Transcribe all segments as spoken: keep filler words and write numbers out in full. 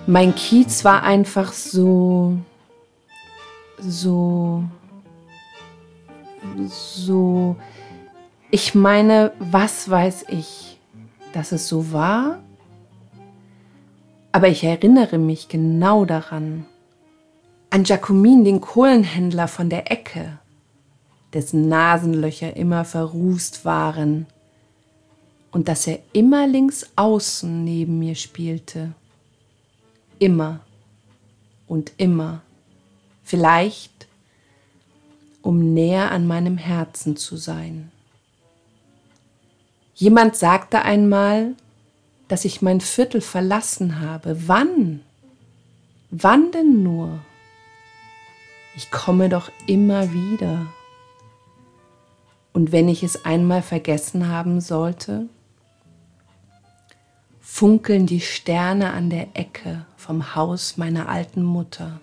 Mein Kiez war einfach so, so, so, ich meine, was weiß ich, dass es so war? Aber ich erinnere mich genau daran, an Giacomin, den Kohlenhändler von der Ecke, dessen Nasenlöcher immer verrußt waren und dass er immer links außen neben mir spielte. Immer und immer, vielleicht um näher an meinem Herzen zu sein. Jemand sagte einmal, dass ich mein Viertel verlassen habe. Wann? Wann denn nur? Ich komme doch immer wieder. Und wenn ich es einmal vergessen haben sollte, funkeln die Sterne an der Ecke vom Haus meiner alten Mutter,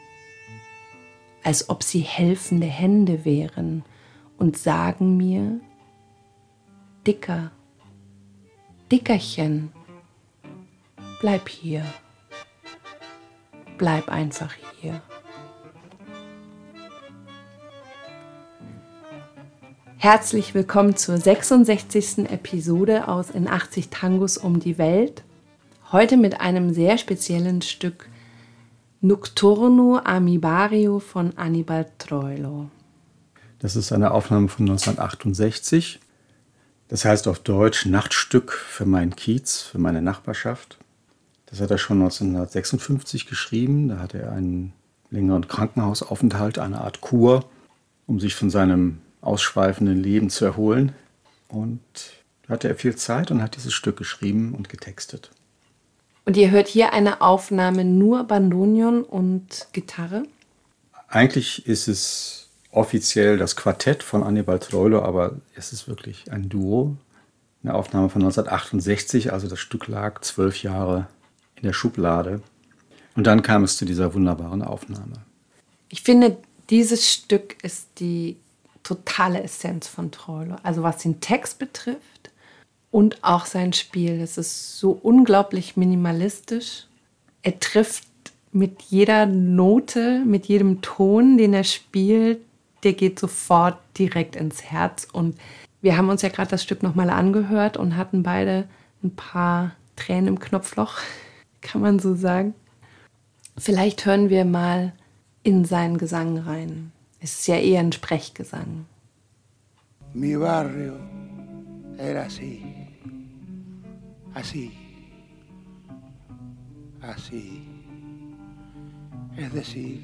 als ob sie helfende Hände wären und sagen mir, Dicker, Dickerchen, bleib hier, bleib einfach hier. Herzlich willkommen zur sechsundsechzigsten Episode aus In achtzig Tangos um die Welt. Heute mit einem sehr speziellen Stück Nocturno a mi barrio von Aníbal Troilo. Das ist eine Aufnahme von neunzehnhundertachtundsechzig. Das heißt auf Deutsch Nachtstück für meinen Kiez, für meine Nachbarschaft. Das hat er schon neunzehnhundertsechsundfünfzig geschrieben. Da hatte er einen längeren Krankenhausaufenthalt, eine Art Kur, um sich von seinem ausschweifenden Leben zu erholen. Und da hatte er viel Zeit und hat dieses Stück geschrieben und getextet. Und ihr hört hier eine Aufnahme nur Bandoneon und Gitarre? Eigentlich ist es offiziell das Quartett von Aníbal Troilo, aber es ist wirklich ein Duo. Eine Aufnahme von neunzehnhundertachtundsechzig, also das Stück lag zwölf Jahre in der Schublade. Und dann kam es zu dieser wunderbaren Aufnahme. Ich finde, dieses Stück ist die totale Essenz von Troilo. Also was den Text betrifft und auch sein Spiel. Es ist so unglaublich minimalistisch. Er trifft mit jeder Note, mit jedem Ton, den er spielt, der geht sofort direkt ins Herz. Und wir haben uns ja gerade das Stück nochmal angehört und hatten beide ein paar Tränen im Knopfloch, kann man so sagen. Vielleicht hören wir mal in seinen Gesang rein. Es ist ja eher ein Sprechgesang. Mi barrio era así, así, así. Es decir,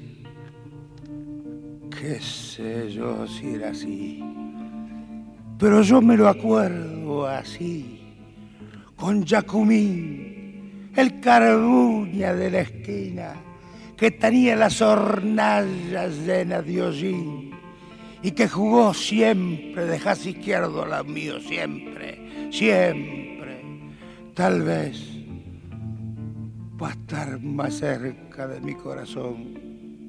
qué sé yo si era así, pero yo me lo acuerdo así, con Giacomín, el carbuña de la esquina, que tenía las hornallas llenas de hollín y que jugó siempre de jaz izquierdo a la mío, siempre, siempre. Tal vez va a estar más cerca de mi corazón.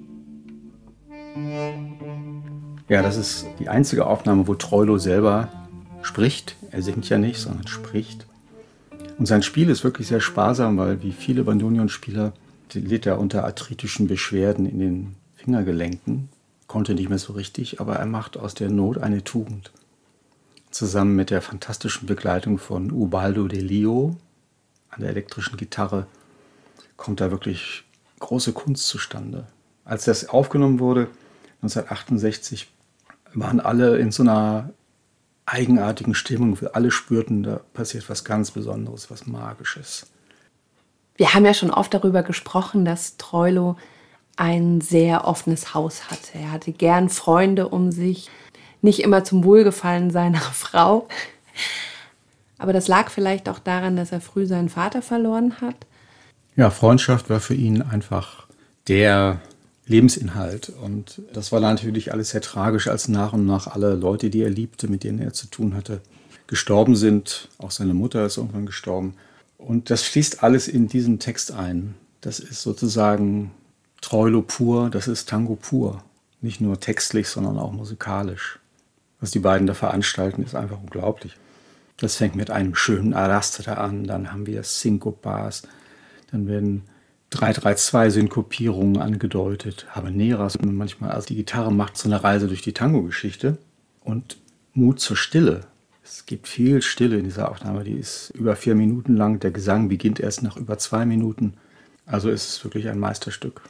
Ja, das ist die einzige Aufnahme, wo Troilo selber spricht. Er singt ja nicht, sondern spricht. Und sein Spiel ist wirklich sehr sparsam, weil wie viele Bandoneon-Spieler litt er unter arthritischen Beschwerden in den Fingergelenken, konnte nicht mehr so richtig, aber er macht aus der Not eine Tugend. Zusammen mit der fantastischen Begleitung von Ubaldo de Lio an der elektrischen Gitarre kommt da wirklich große Kunst zustande. Als das aufgenommen wurde, neunzehnhundertachtundsechzig, waren alle in so einer eigenartigen Stimmung. Wir alle spürten, da passiert was ganz Besonderes, was Magisches. Wir haben ja schon oft darüber gesprochen, dass Troilo ein sehr offenes Haus hatte. Er hatte gern Freunde um sich, nicht immer zum Wohlgefallen seiner Frau. Aber das lag vielleicht auch daran, dass er früh seinen Vater verloren hat. Ja, Freundschaft war für ihn einfach der Lebensinhalt. Und das war natürlich alles sehr tragisch, als nach und nach alle Leute, die er liebte, mit denen er zu tun hatte, gestorben sind. Auch seine Mutter ist irgendwann gestorben. Und das fließt alles in diesen Text ein. Das ist sozusagen Troilo pur, das ist Tango pur. Nicht nur textlich, sondern auch musikalisch. Was die beiden da veranstalten, ist einfach unglaublich. Das fängt mit einem schönen Arrastre an, dann haben wir Syncopas, dann werden drei drei zwei Synkopierungen angedeutet, Habaneras. Und manchmal, also die Gitarre macht so eine Reise durch die Tango-Geschichte. Und Mut zur Stille. Es gibt viel Stille in dieser Aufnahme, die ist über vier Minuten lang. Der Gesang beginnt erst nach über zwei Minuten. Also ist es wirklich ein Meisterstück.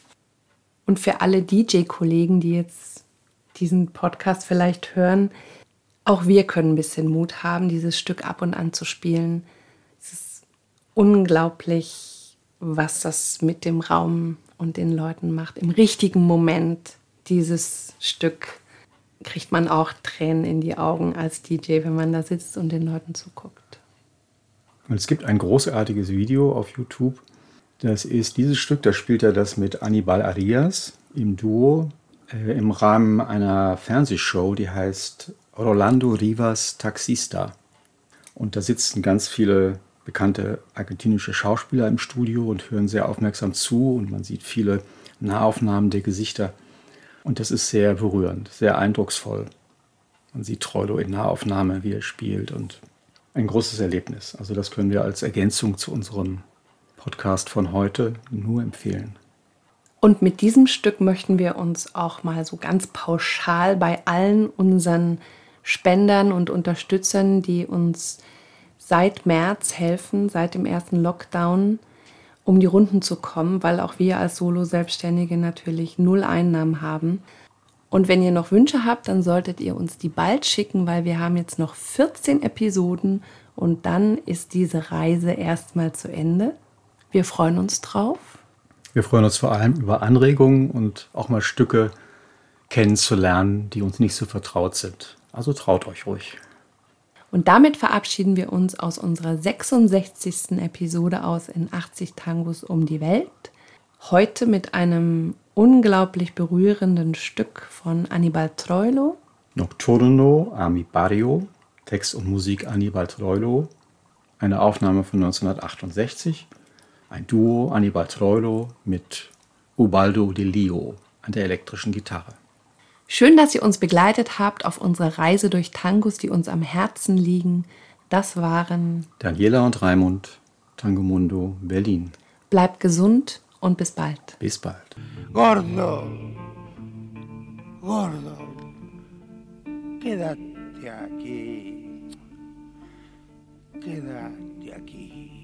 Und für alle D J-Kollegen, die jetzt diesen Podcast vielleicht hören, auch wir können ein bisschen Mut haben, dieses Stück ab und an zu spielen. Es ist unglaublich, was das mit dem Raum und den Leuten macht. Im richtigen Moment dieses Stück kriegt man auch Tränen in die Augen als D J, wenn man da sitzt und den Leuten zuguckt. Und es gibt ein großartiges Video auf YouTube. Das ist dieses Stück, da spielt er das mit Aníbal Arias im Duo äh, im Rahmen einer Fernsehshow, die heißt Rolando Rivas Taxista. Und da sitzen ganz viele bekannte argentinische Schauspieler im Studio und hören sehr aufmerksam zu. Und man sieht viele Nahaufnahmen der Gesichter. Und das ist sehr berührend, sehr eindrucksvoll. Man sieht Troilo in Nahaufnahme, wie er spielt. Und ein großes Erlebnis. Also das können wir als Ergänzung zu unserem Podcast von heute nur empfehlen. Und mit diesem Stück möchten wir uns auch mal so ganz pauschal bei allen unseren Spendern und Unterstützern, die uns seit März helfen, seit dem ersten Lockdown, um die Runden zu kommen, weil auch wir als Solo-Selbstständige natürlich null Einnahmen haben. Und wenn ihr noch Wünsche habt, dann solltet ihr uns die bald schicken, weil wir haben jetzt noch vierzehn Episoden und dann ist diese Reise erstmal zu Ende. Wir freuen uns drauf. Wir freuen uns vor allem über Anregungen und auch mal Stücke kennenzulernen, die uns nicht so vertraut sind. Also traut euch ruhig. Und damit verabschieden wir uns aus unserer sechsundsechzigsten Episode aus in achtzig Tangos um die Welt. Heute mit einem unglaublich berührenden Stück von Aníbal Troilo. Nocturno a mi barrio, Text und Musik Aníbal Troilo. Eine Aufnahme von neunzehnhundertachtundsechzig. Ein Duo Aníbal Troilo mit Ubaldo de Lio an der elektrischen Gitarre. Schön, dass ihr uns begleitet habt auf unserer Reise durch Tangos, die uns am Herzen liegen. Das waren Daniela und Raimund, Tangomundo, Berlin. Bleibt gesund und bis bald. Bis bald. Gordo, gordo, quédate aquí, quédate aquí.